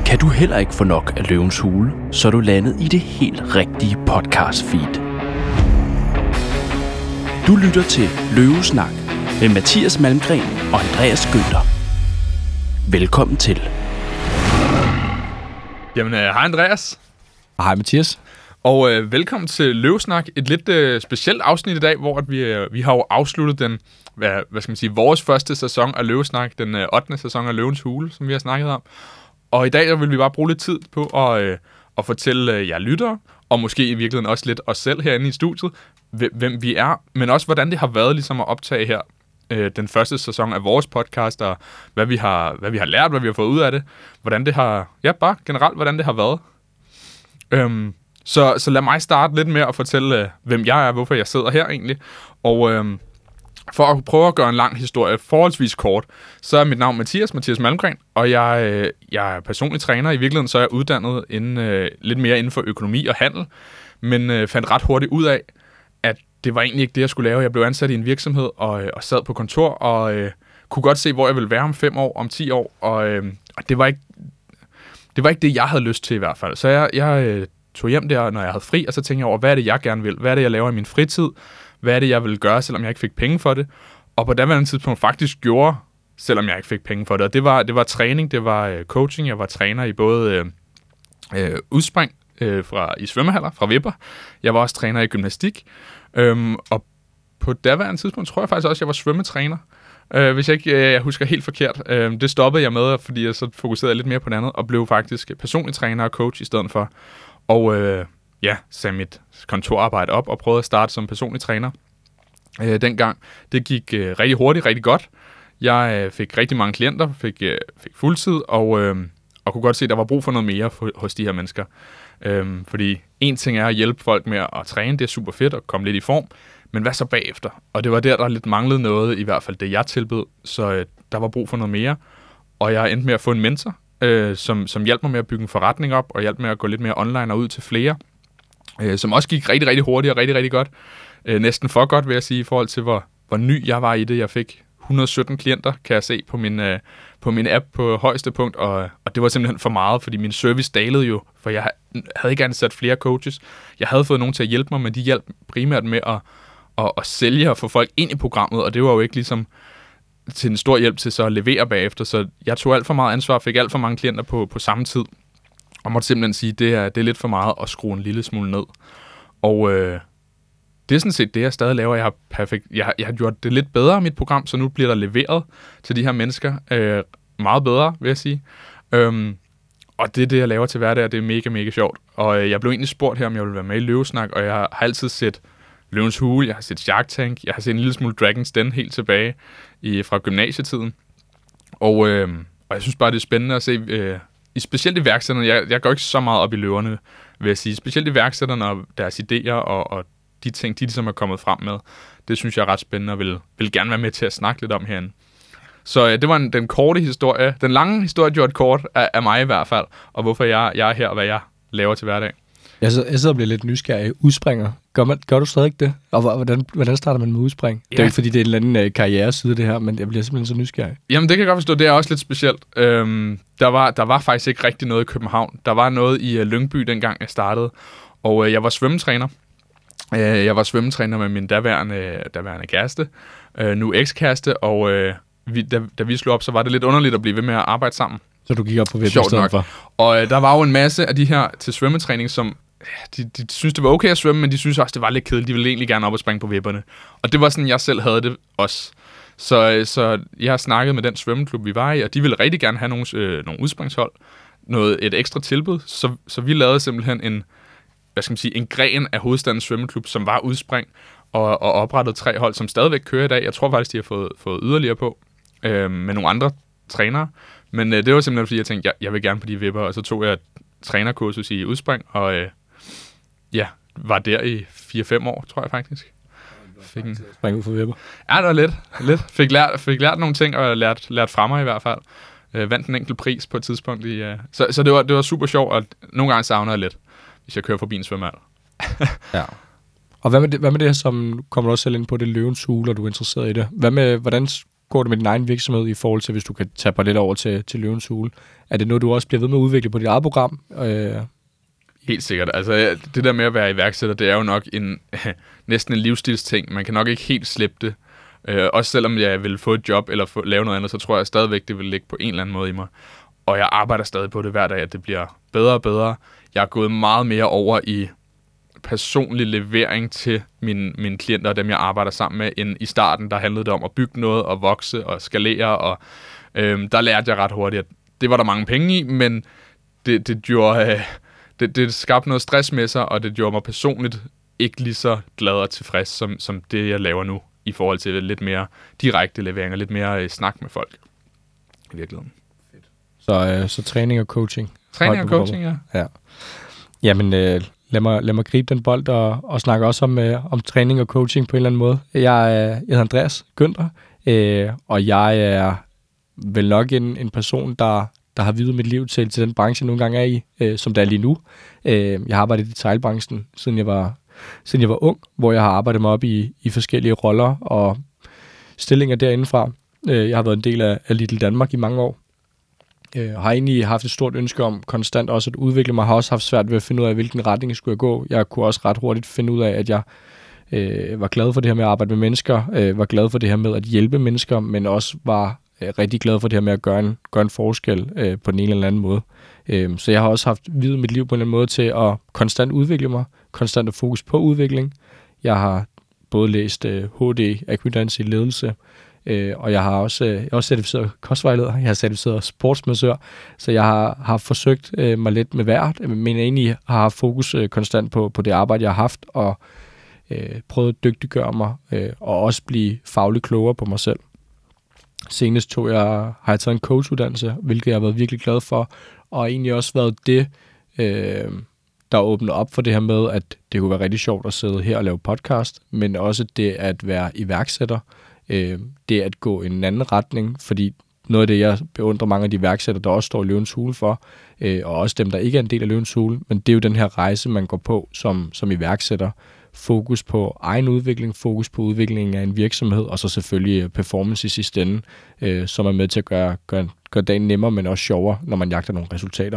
Kan du heller ikke få nok af Løvens Hule, så er du landet i det helt rigtige podcast feed. Du lytter til Løvesnak med Mathias Malmgren og Andreas Günther. Velkommen til. Jamen, hej Andreas. Hej Mathias. Og velkommen til Løvesnak. Et lidt specielt afsnit i dag, hvor vi har jo afsluttet den, hvad skal man sige, vores første sæson af Løvesnak, den 8. sæson af Løvens Hule, som vi har snakket om. Og i dag vil vi bare bruge lidt tid på at fortælle jer lyttere, og måske i virkeligheden også lidt os selv herinde i studiet, hvem vi er, men også hvordan det har været ligesom at optage her den første sæson af vores podcast, og hvad vi har lært, hvad vi har fået ud af det, hvordan det har, ja bare generelt, hvordan det har været. Så lad mig starte lidt med at fortælle, hvem jeg er, hvorfor jeg sidder her egentlig, og for at prøve at gøre en lang historie forholdsvis kort, så er mit navn Mathias Malmgren, og jeg er personlig træner. I virkeligheden så er jeg uddannet lidt mere inden for økonomi og handel, men fandt ret hurtigt ud af, at det var egentlig ikke det, jeg skulle lave. Jeg blev ansat i en virksomhed og sad på kontor og kunne godt se, hvor jeg ville være om 5 år, om 10 år, og det var ikke det, jeg havde lyst til i hvert fald. Så jeg tog hjem der, når jeg havde fri, og så tænkte jeg over, hvad er det, jeg gerne vil? Hvad er det, jeg laver i min fritid? Hvad er det, jeg ville gøre, selvom jeg ikke fik penge for det? Og på daværende tidspunkt faktisk gjorde, selvom jeg ikke fik penge for det. Og det var træning, det var coaching. Jeg var træner i både udspring i svømmehaller, fra Vipper. Jeg var også træner i gymnastik. Og på daværende tidspunkt tror jeg faktisk også, at jeg var svømmetræner. Hvis jeg ikke jeg husker helt forkert. Det stoppede jeg med, fordi jeg så fokuserede lidt mere på det andet, og blev faktisk personlig træner og coach i stedet for. Og sagde mit kontorarbejde op og prøvede at starte som personlig træner dengang. Det gik rigtig hurtigt, rigtig godt. Jeg fik rigtig mange klienter, fik fuldtid, og kunne godt se, at der var brug for noget mere hos de her mennesker. Fordi en ting er at hjælpe folk med at træne, det er super fedt at komme lidt i form, men hvad så bagefter? Og det var der lidt manglede noget, i hvert fald det jeg tilbød, så der var brug for noget mere. Og jeg endte med at få en mentor, som hjalp mig med at bygge en forretning op, og hjalp med at gå lidt mere online og ud til flere, som også gik rigtig, rigtig hurtigt og rigtig, rigtig godt. Næsten for godt, vil jeg sige, i forhold til, hvor ny jeg var i det. Jeg fik 117 klienter, kan jeg se på min app på højeste punkt, og det var simpelthen for meget, fordi min service dalede jo, for jeg havde ikke ansat flere coaches. Jeg havde fået nogen til at hjælpe mig, men de hjalp primært med at sælge og få folk ind i programmet, og det var jo ikke ligesom til en stor hjælp til så at levere bagefter, så jeg tog alt for meget ansvar, fik alt for mange klienter på samme tid, og måtte simpelthen sige, det er lidt for meget at skrue en lille smule ned. Og det er sådan set det, jeg stadig laver. Jeg har gjort det lidt bedre, mit program, så nu bliver der leveret til de her mennesker meget bedre, vil jeg sige. Og det er det, jeg laver til hverdag, og det er mega, mega sjovt. Og jeg blev egentlig spurgt her, om jeg ville være med i Løvesnak, og jeg har altid set Løvens Hule, jeg har set Shark Tank, jeg har set en lille smule Dragon's Den helt tilbage fra gymnasietiden. Og jeg synes bare, det er spændende at se, specielt iværksætterne. Jeg går ikke så meget op i løverne, vil jeg sige. Specielt iværksætterne og deres idéer og de ting, de ligesom er kommet frem med. Det synes jeg er ret spændende og vil gerne være med til at snakke lidt om herinde. Så det var den korte historie. Den lange historie gjort kort af mig i hvert fald, og hvorfor jeg er her og hvad jeg laver til hverdag. Jeg sidder og bliver lidt nysgerrig. Udspringer. Gør du stadig det? Og hvordan starter man med udspring? Ja. Det er ikke, fordi det er en eller anden karriereside, det her, men jeg bliver simpelthen så nysgerrig. Jamen, det kan jeg godt forstå. Det er også lidt specielt. Der var faktisk ikke rigtig noget i København. Der var noget i Lyngby, dengang jeg startede, og jeg var svømmetræner. Jeg var svømmetræner med min daværende kæreste, nu ekskæreste, og da vi slog op, så var det lidt underligt at blive ved med at arbejde sammen. Så du gik op på Vipper i stedet for? Og der var jo en masse af de her til svømmetræning, som de synes det var okay at svømme, men de synes også, det var lidt kedeligt. De ville egentlig gerne op og springe på vipperne. Og det var sådan, jeg selv havde det også. Så jeg har snakket med den svømmeklub, vi var i, og de ville rigtig gerne have nogle udspringshold, et ekstra tilbud. Så vi lavede simpelthen en gren af hovedstadens svømmeklub, som var udspring, og oprettede 3 hold, som stadigvæk kører i dag. Jeg tror faktisk, de har fået yderligere på med nogle andre trænere. Men det var simpelthen, fordi jeg tænkte, jeg vil gerne på de vipper, og så tog jeg et trænerkursus i udspring, og var der i 4-5 år, tror jeg faktisk. Spring ud for vipper? Ja, det var lidt. Fik lært nogle ting, og lært fra mig i hvert fald. Vandt en enkelt pris på et tidspunkt. Så det var super sjovt, og nogle gange savner jeg lidt, hvis jeg kører forbi en svømmehal. Ja. Og hvad med det her, som kommer du også selv ind på, det Løvens Hule, og du er interesseret i det? Hvordan går det med din egen virksomhed i forhold til, hvis du kan tage lidt over til Løvens Hule? Er det noget, du også bliver ved med at udvikle på dit eget program? Helt sikkert. Altså, det der med at være iværksætter, det er jo nok næsten en livsstilsting. Man kan nok ikke helt slippe det. Også selvom jeg vil få et job eller lave noget andet, så tror jeg stadigvæk, det vil ligge på en eller anden måde i mig. Og jeg arbejder stadig på det hver dag, at det bliver bedre og bedre. Jeg er gået meget mere over i personlig levering til mine klienter og dem, jeg arbejder sammen med, end i starten, der handlede det om at bygge noget og vokse og skalere. Og der lærte jeg ret hurtigt, at det var der mange penge i, men det gjorde... Det skabte noget stress med sig, og det gjorde mig personligt ikke lige så glad og tilfreds, som det, jeg laver nu, i forhold til lidt mere direkte levering og lidt mere snak med folk i virkeligheden. Så træning og coaching. Træning og coaching, ja. Jamen, lad mig gribe den bold og snakke også om træning og coaching på en eller anden måde. Jeg hedder Andreas Günther, og jeg er vel nok en person, der har videt mit liv til den branche, jeg nogle gange er i, som det er lige nu. Jeg har arbejdet i detailbranchen, siden jeg var ung, hvor jeg har arbejdet mig op i forskellige roller og stillinger derindefra. Jeg har været en del af Lidl Danmark i mange år. Har egentlig haft et stort ønske om konstant også at udvikle mig. Har også haft svært ved at finde ud af, hvilken retning jeg skulle gå. Jeg kunne også ret hurtigt finde ud af, at jeg var glad for det her med at arbejde med mennesker, var glad for det her med at hjælpe mennesker, men også var rigtig glad for det her med at gøre en forskel på den ene eller anden måde. Så jeg har også haft videt mit liv på en eller anden måde til at konstant udvikle mig, konstant at fokus på udvikling. Jeg har både læst HD, Equidance i ledelse, og jeg har også certificeret kostvejleder, jeg har certificeret sportsmassør, så jeg har forsøgt mig lidt med hvert, men jeg egentlig har haft fokus konstant på det arbejde, jeg har haft, og prøvet at dygtiggøre mig, og også blive fagligt klogere på mig selv. Senest har jeg taget en coachuddannelse, hvilket jeg har været virkelig glad for, og egentlig også været det, der åbner op for det her med, at det kunne være rigtig sjovt at sidde her og lave podcast, men også det at være iværksætter, det at gå i en anden retning, fordi noget af det, jeg beundrer mange af de iværksætter, der også står i Løvens Hule for, og også dem, der ikke er en del af Løvens Hule, men det er jo den her rejse, man går på som iværksætter. Fokus på egen udvikling, fokus på udviklingen af en virksomhed, og så selvfølgelig performance i sidste ende, som er med til at gøre dagen nemmere, men også sjovere, når man jagter nogle resultater.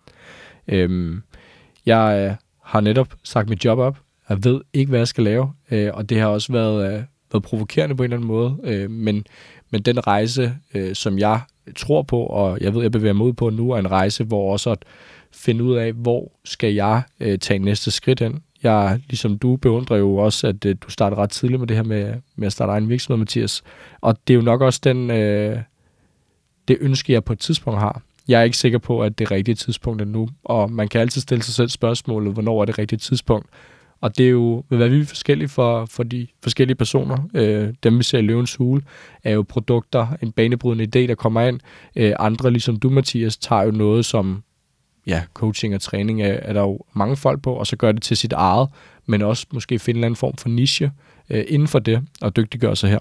Jeg har netop sagt mit job op. Jeg ved ikke, hvad jeg skal lave, og det har også været provokerende på en eller anden måde, men den rejse, som jeg tror på, og jeg ved, jeg bevæger mig ud på nu, er en rejse, hvor også at finde ud af, hvor skal jeg tage næste skridt hen. Jeg, ligesom du, beundrer jo også, at du startede ret tidligt med det her med at starte egen virksomhed, Mathias. Og det er jo nok også det ønske, jeg på et tidspunkt har. Jeg er ikke sikker på, at det rigtige tidspunkt er nu, og man kan altid stille sig selv spørgsmålet, hvornår er det rigtige tidspunkt. Og det er jo, hvad vi er forskellige for de forskellige personer. Dem, vi ser i Løvens Hule, er jo produkter, en banebrydende idé, der kommer ind. Andre, ligesom du, Mathias, tager jo noget som coaching og træning er der jo mange folk på, og så gør det til sit eget, men også måske finde en eller anden form for niche inden for det, og dygtiggøre sig her.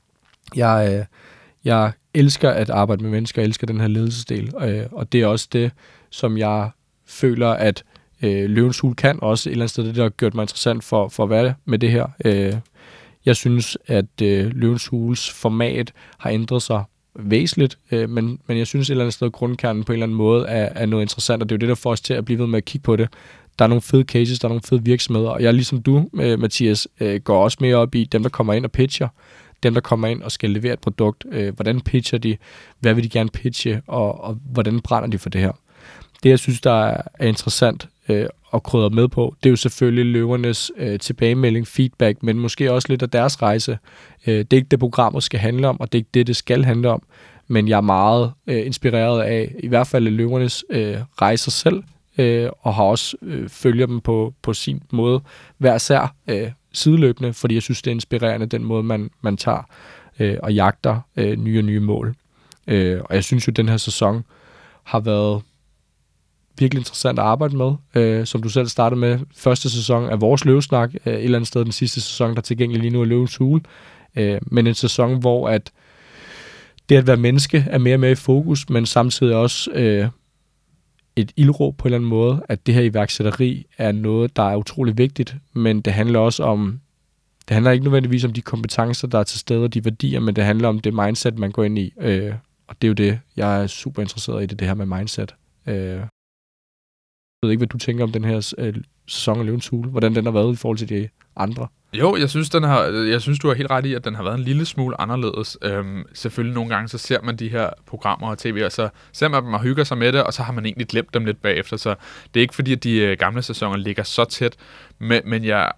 Jeg elsker at arbejde med mennesker, jeg elsker den her ledelsesdel, og det er også det, som jeg føler, at Løvens Hule kan også et eller andet sted, det der har gjort mig interessant for at være med det her. Jeg synes, at Løvens Hules format har ændret sig væsentligt, men jeg synes et eller andet sted, grundkernen på en eller anden måde er noget interessant, og det er jo det, der får os til at blive ved med at kigge på det. Der er nogle fede cases, der er nogle fede virksomheder, og jeg ligesom du, Mathias, går også mere op i dem, der kommer ind og pitcher, dem, der kommer ind og skal levere et produkt. Hvordan pitcher de? Hvad vil de gerne pitche? Og hvordan brænder de for det her? Det, jeg synes, der er interessant at krydre med på, det er jo selvfølgelig løvernes tilbagemelding, feedback, men måske også lidt af deres rejse. Det er ikke det, programmet skal handle om, og det er ikke det skal handle om, men jeg er meget inspireret af, i hvert fald løvernes rejser selv, og har også følger dem på sin måde hver sær sideløbende, fordi jeg synes, det er inspirerende, den måde, man tager og jagter nye mål. Og jeg synes jo, den her sæson har været virkelig interessant at arbejde med. Som du selv startede med, første sæson af vores Løvesnak, et eller andet sted den sidste sæson, der er tilgængelig lige nu, er Løvens Hule. Men en sæson, hvor at det at være menneske er mere og mere i fokus, men samtidig også et ildråb på en eller anden måde, at det her iværksætteri er noget, der er utrolig vigtigt, men det handler også om det handler ikke nødvendigvis om de kompetencer, der er til stede, og de værdier, men det handler om det mindset, man går ind i. Og det er jo det, jeg er super interesseret i, det her med mindset. Jeg ved ikke, hvad du tænker om den her sæson af Løvens Hule, hvordan den har været i forhold til de andre. Jo, jeg synes, du har helt ret i, at den har været en lille smule anderledes. Selvfølgelig nogle gange, så ser man de her programmer og tv, og så ser man dem og hygger sig med det, og så har man egentlig glemt dem lidt bagefter. Så det er ikke fordi, at de gamle sæsoner ligger så tæt, men jeg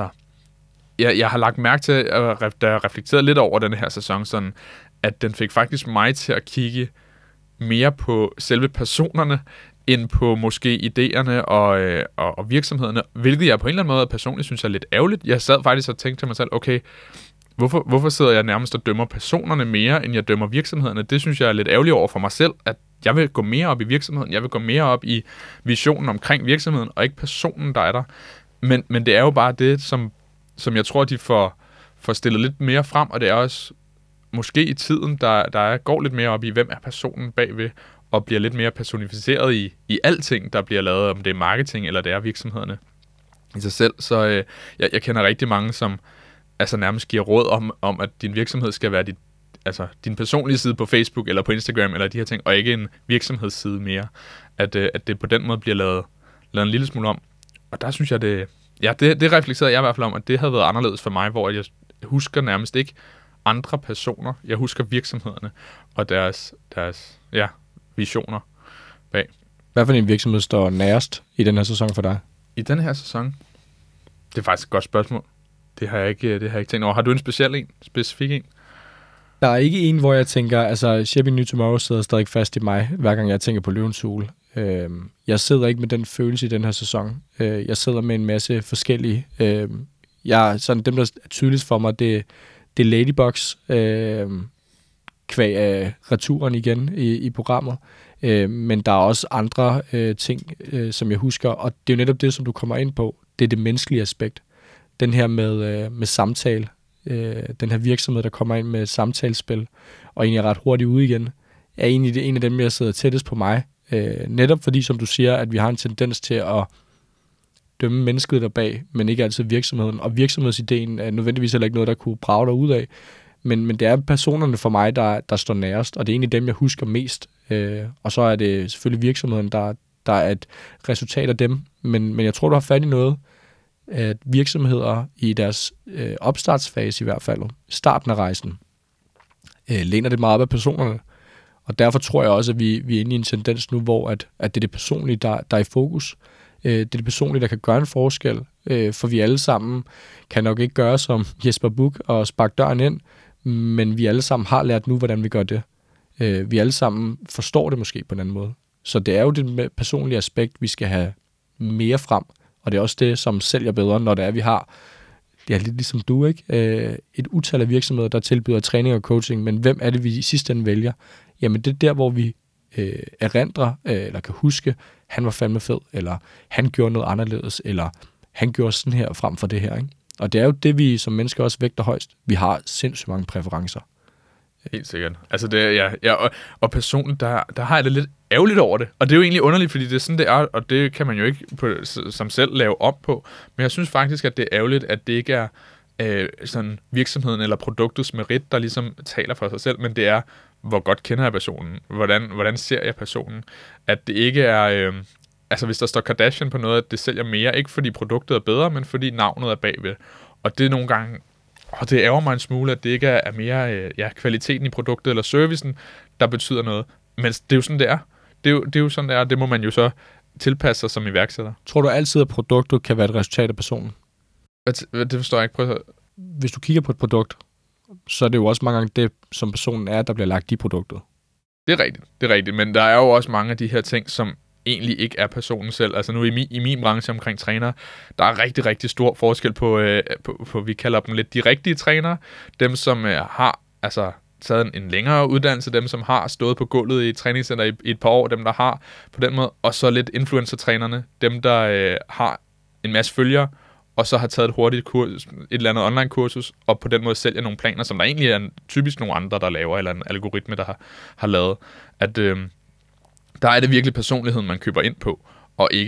har lagt mærke til, da jeg reflekterede lidt over den her sæson, sådan, at den fik faktisk mig til at kigge mere på selve personerne, end på måske idéerne og virksomhederne, hvilket jeg på en eller anden måde personligt synes er lidt ærgerligt. Jeg sad faktisk og tænkte til mig selv, okay, hvorfor sidder jeg nærmest og dømmer personerne mere, end jeg dømmer virksomhederne? Det synes jeg er lidt ærgerligt over for mig selv, at jeg vil gå mere op i virksomheden, jeg vil gå mere op i visionen omkring virksomheden, og ikke personen, der er der. Men det er jo bare det, som jeg tror, de får stillet lidt mere frem, og det er også måske i tiden, der går lidt mere op i, hvem er personen bagved, og bliver lidt mere personificeret i alting, der bliver lavet, om det er marketing, eller det er virksomhederne i sig selv. Så jeg kender rigtig mange, som altså nærmest giver råd om, at din virksomhed skal være din personlige side på Facebook, eller på Instagram, eller de her ting, og ikke en virksomhedsside mere. At det på den måde bliver lavet en lille smule om. Og der synes jeg, det reflekterede jeg i hvert fald om, at det havde været anderledes for mig, hvor jeg husker nærmest ikke andre personer. Jeg husker virksomhederne og deres visioner bag. Hvad for en virksomhed står nærmest i den her sæson for dig? I den her sæson? Det er faktisk et godt spørgsmål. Det har jeg ikke tænkt over. Har du en specifik en? Der er ikke en, hvor jeg tænker, altså Shaping New Tomorrow sidder stadig fast i mig, hver gang jeg tænker på Løvens Hule. Jeg sidder ikke med den følelse i den her sæson. Jeg sidder med en masse forskellige. Sådan dem, der er tydeligst for mig, det er Ladybugs, kvæg af returen igen i programmet. Men der er også andre ting, som jeg husker, og det er jo netop det, som du kommer ind på. Det er det menneskelige aspekt. Den her med samtale. Den her virksomhed, der kommer ind med et samtalespil, og egentlig er ret hurtigt ude igen, er egentlig en af dem, jeg sidder tættest på mig. Netop fordi, som du siger, at vi har en tendens til at dømme mennesket der bag, men ikke altid virksomheden. Og virksomhedsideen er nødvendigvis heller ikke noget, der kunne brage dig ud af. Men det er personerne for mig, der står nærmest, og det er egentlig dem, jeg husker mest. Og så er det selvfølgelig virksomheden, der er et resultat af dem. Men jeg tror, du har fat i noget, at virksomheder i deres opstartsfase i hvert fald, starten af rejsen, læner det meget op af personerne. Og derfor tror jeg også, at vi er inde i en tendens nu, hvor at det er det personlige, der er i fokus. Det er det personlige, der kan gøre en forskel. For vi alle sammen kan nok ikke gøre som Jesper Buch og sparke døren ind, men vi alle sammen har lært nu, hvordan vi gør det. Vi alle sammen forstår det måske på en anden måde. Så det er jo det personlige aspekt, vi skal have mere frem. Og det er også det, som sælger bedre, når det er, vi har, det er lidt ligesom du, ikke? Et utal af virksomheder, der tilbyder træning og coaching, men hvem er det, vi i sidste ende vælger? Jamen det er der, hvor vi erindrer, eller kan huske, han var fandme fed, eller han gjorde noget anderledes, eller han gjorde sådan her frem for det her, ikke? Og det er jo det, vi som mennesker også vægter højst. Vi har sindssygt mange præferencer. Helt sikkert. Altså det, og personligt, der har jeg det lidt ærgerligt over det. Og det er jo egentlig underligt, fordi det er sådan, det er, og det kan man jo ikke som selv lave op på. Men jeg synes faktisk, at det er ærgerligt, at det ikke er sådan virksomheden eller produktets merit, der ligesom taler for sig selv, men det er, hvor godt kender jeg personen? Hvordan ser jeg personen? At det ikke er... altså hvis der står Kardashian på noget, at det sælger mere, ikke fordi produktet er bedre, men fordi navnet er bagved. Og det er nogle gange... Og det ærger mig en smule, at det ikke er mere kvaliteten i produktet eller servicen, der betyder noget. Men det er jo sådan, det er. Det er jo sådan, det er, og det må man jo så tilpasse sig som iværksætter. Tror du altid, at produktet kan være et resultat af personen? Det forstår jeg ikke. Prøv at... Hvis du kigger på et produkt, så er det jo også mange gange det, som personen er, der bliver lagt i produktet. Det er rigtigt. Men der er jo også mange af de her ting, som egentlig ikke er personen selv. Altså nu i min branche omkring trænere, der er rigtig, rigtig stor forskel på vi kalder dem lidt de rigtige trænere. Dem, som har taget en længere uddannelse, dem, som har stået på gulvet i et træningscenter i et par år, dem, der har på den måde, og så lidt influencer-trænerne, dem, der har en masse følgere, og så har taget et hurtigt kurs, et eller andet online-kursus, og på den måde sælger nogle planer, som der egentlig er typisk nogle andre, der laver, eller en algoritme, der har lavet. At der er det virkelig personligheden, man køber ind på, og ikke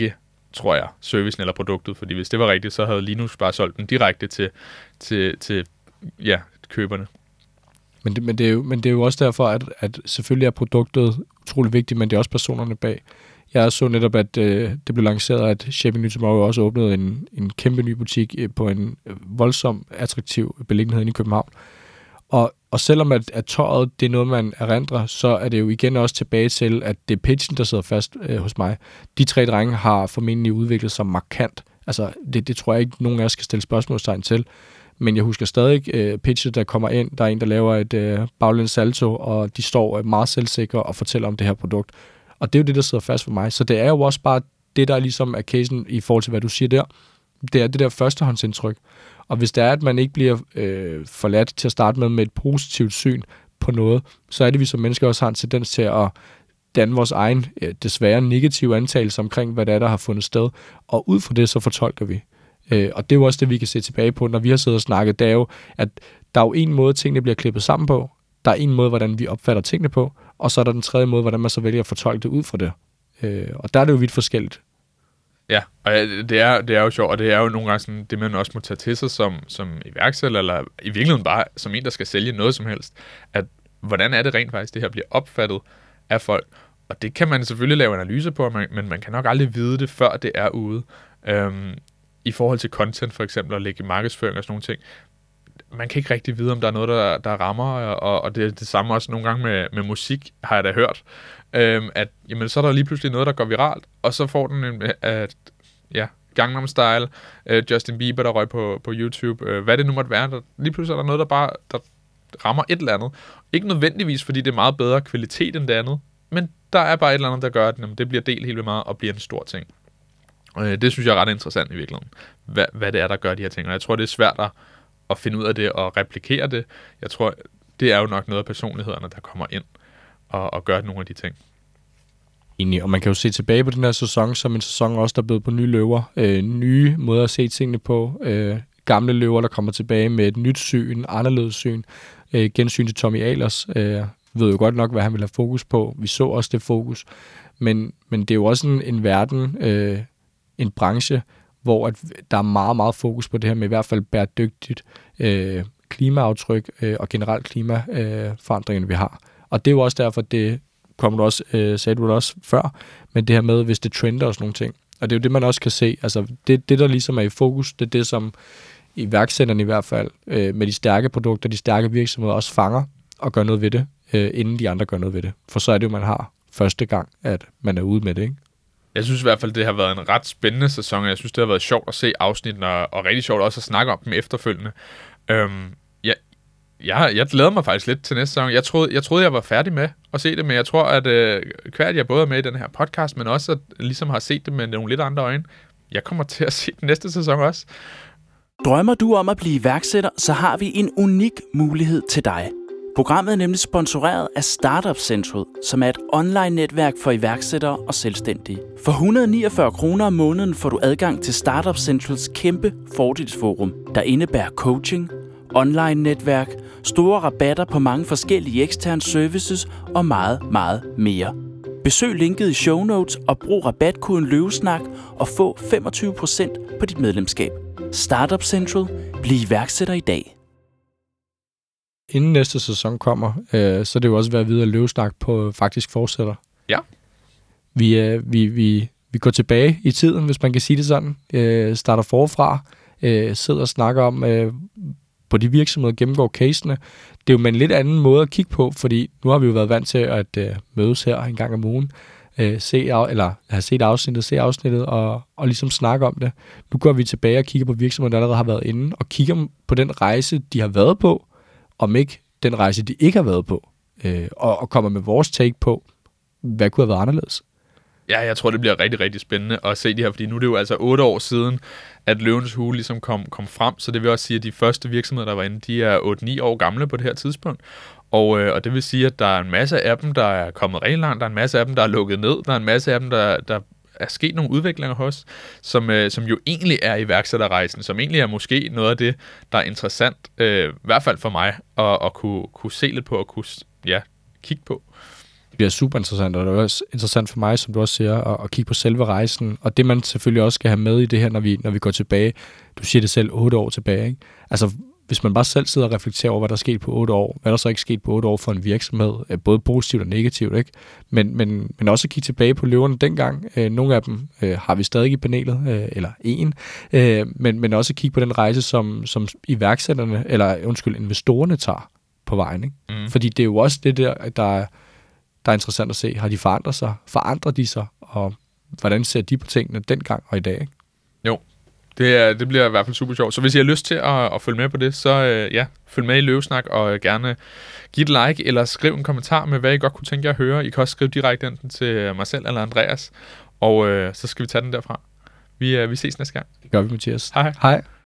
tror jeg, servicen eller produktet. Fordi hvis det var rigtigt, så havde Linux bare solgt den direkte til køberne. Men det er jo også derfor, at selvfølgelig er produktet utrolig vigtigt, men det er også personerne bag. Jeg så netop, at det blev lanceret, at Shaping New Tomorrow også åbnede en kæmpe ny butik på en voldsom attraktiv beliggenhed i København. Og selvom at tøjet, det er noget, man erindrer, så er det jo igen også tilbage til, at det er pitchen, der sidder fast hos mig. De 3 drenge har formentlig udviklet sig markant. Altså, det tror jeg ikke, nogen af os skal stille spørgsmålstegn til. Men jeg husker stadig pitchet, der kommer ind. Der er en, der laver et baglæns salto, og de står meget selvsikre og fortæller om det her produkt. Og det er jo det, der sidder fast for mig. Så det er jo også bare det, der ligesom er casen i forhold til, hvad du siger der. Det er det der førstehåndsindtryk. Og hvis det er, at man ikke bliver forladt til at starte med et positivt syn på noget, så er det, vi som mennesker også har en tendens til at danne vores egen, desværre negative antagelse omkring, hvad det er, der har fundet sted. Og ud fra det, så fortolker vi. Og det er jo også det, vi kan se tilbage på, når vi har siddet og snakket. Det er jo, at der er jo en måde, tingene bliver klippet sammen på. Der er en måde, hvordan vi opfatter tingene på. Og så er der den tredje måde, hvordan man så vælger at fortolke det ud fra det. Og der er det jo vidt forskelligt. Ja, og det er jo sjovt, og det er jo nogle gange sådan, det man også må tage til sig som iværksætter, eller i virkeligheden bare som en, der skal sælge noget som helst, at hvordan er det rent faktisk, det her bliver opfattet af folk. Og det kan man selvfølgelig lave analyse på, men man kan nok aldrig vide det, før det er ude. I forhold til content for eksempel, og lægge markedsføring og sådan nogle ting, man kan ikke rigtig vide, om der er noget, der rammer, og det er det samme også nogle gange med musik, har jeg da hørt, at jamen, så er der lige pludselig noget, der går viralt, og så får den Gangnam Style, Justin Bieber, der røg på YouTube, hvad det nu måtte være, lige pludselig er der noget, der rammer et eller andet. Ikke nødvendigvis, fordi det er meget bedre kvalitet end det andet, men der er bare et eller andet, der gør, at det bliver delt helt vildt meget, og bliver en stor ting. Det synes jeg er ret interessant i virkeligheden, hvad det er, der gør de her ting, og jeg tror, det er svært at finde ud af det og replikere det. Jeg tror, det er jo nok noget af personlighederne, der kommer ind og gør nogle af de ting. Enig, og man kan jo se tilbage på den her sæson som en sæson også, der er blevet på nye løver. Nye måder at se tingene på. Gamle løver, der kommer tilbage med et nyt syn, anderledes syn. Gensyn til Tommy Ahlers. Ved jo godt nok, hvad han vil have fokus på. Vi så også det fokus. Men det er jo også en verden, en branche, hvor at der er meget, meget fokus på det her med i hvert fald bæredygtigt klimaaftryk og generelt klimaforandringerne, vi har. Og det er jo også derfor, det kommer du også, sagde du det også før, men det her med, hvis det trender og sådan nogle ting. Og det er jo det, man også kan se. Altså, det der ligesom er i fokus, det er det, som iværksætterne i hvert fald, med de stærke produkter, de stærke virksomheder også fanger og gør noget ved det, inden de andre gør noget ved det. For så er det jo, man har første gang, at man er ude med det, ikke? Jeg synes i hvert fald, det har været en ret spændende sæson, og jeg synes, det har været sjovt at se afsnittene, og rigtig sjovt også at snakke om dem efterfølgende. Jeg glæder mig faktisk lidt til næste sæson. Jeg troede, jeg var færdig med at se det, men jeg tror, at hvert jeg både er med i den her podcast, men også at ligesom har set det med nogle lidt andre øjne. Jeg kommer til at se den næste sæson også. Drømmer du om at blive iværksætter, så har vi en unik mulighed til dig. Programmet er nemlig sponsoreret af Startup Central, som er et online-netværk for iværksættere og selvstændige. For 149 kroner om måneden får du adgang til Startup Centrals kæmpe fordelsforum, der indebærer coaching, online-netværk, store rabatter på mange forskellige eksterne services og meget, meget mere. Besøg linket i show notes og brug rabatkoden LØVESNAK og få 25% på dit medlemskab. Startup Central. Bliv iværksætter i dag. Inden næste sæson kommer, så er det jo også været videre, at Løvesnak på faktisk fortsætter. Ja. Vi går tilbage i tiden, hvis man kan sige det sådan. Starter forfra, sidder og snakker om, på de virksomheder gennemgår casene. Det er jo med en lidt anden måde at kigge på, fordi nu har vi jo været vant til at mødes her en gang om ugen, have set afsnittet og ligesom snakke om det. Nu går vi tilbage og kigger på virksomheder, der allerede har været inde, og kigger på den rejse, de har været på, om ikke den rejse, de ikke har været på, og kommer med vores take på, hvad kunne have været anderledes. Ja, jeg tror, det bliver rigtig, rigtig spændende at se det her, fordi nu er det jo altså 8 år siden, at Løvens Hule ligesom kom frem, så det vil også sige, at de første virksomheder, der var inde, de er 8-9 år gamle på det her tidspunkt. Og det vil sige, at der er en masse af dem, der er kommet rigtig langt, der er en masse af dem, der er lukket ned, der er en masse af dem, der er sket nogle udviklinger hos, som jo egentlig er iværksætterrejsen, som egentlig er måske noget af det, der er interessant, i hvert fald for mig, at kunne se lidt på og kunne kigge på. det bliver super interessant, og det er også interessant for mig, som du også siger, at kigge på selve rejsen, og det man selvfølgelig også skal have med i det her, når vi går tilbage. Du siger det selv, 8 år tilbage, ikke? Altså, hvis man bare selv sidder og reflekterer over, hvad der er sket på 8 år, hvad der så ikke sket på 8 år for en virksomhed, både positivt og negativt, ikke? Men også at kigge tilbage på løverne dengang. Nogle af dem har vi stadig i panelet, eller en, men også at kigge på den rejse, som iværksætterne, investorerne tager på vejen, ikke? Fordi det er jo også det der er interessant at se. Har de forandret sig? Forandrer de sig? Og hvordan ser de på tingene dengang og i dag, ikke? Jo. Det bliver i hvert fald super sjovt. Så hvis I har lyst til at følge med på det, så følg med i Løvesnak og gerne giv et like eller skriv en kommentar med, hvad I godt kunne tænke jer at høre. I kan også skrive direkte enten til mig selv eller Andreas, og så skal vi tage den derfra. Vi ses næste gang. Det gør vi, Mathias. Hej. Hej.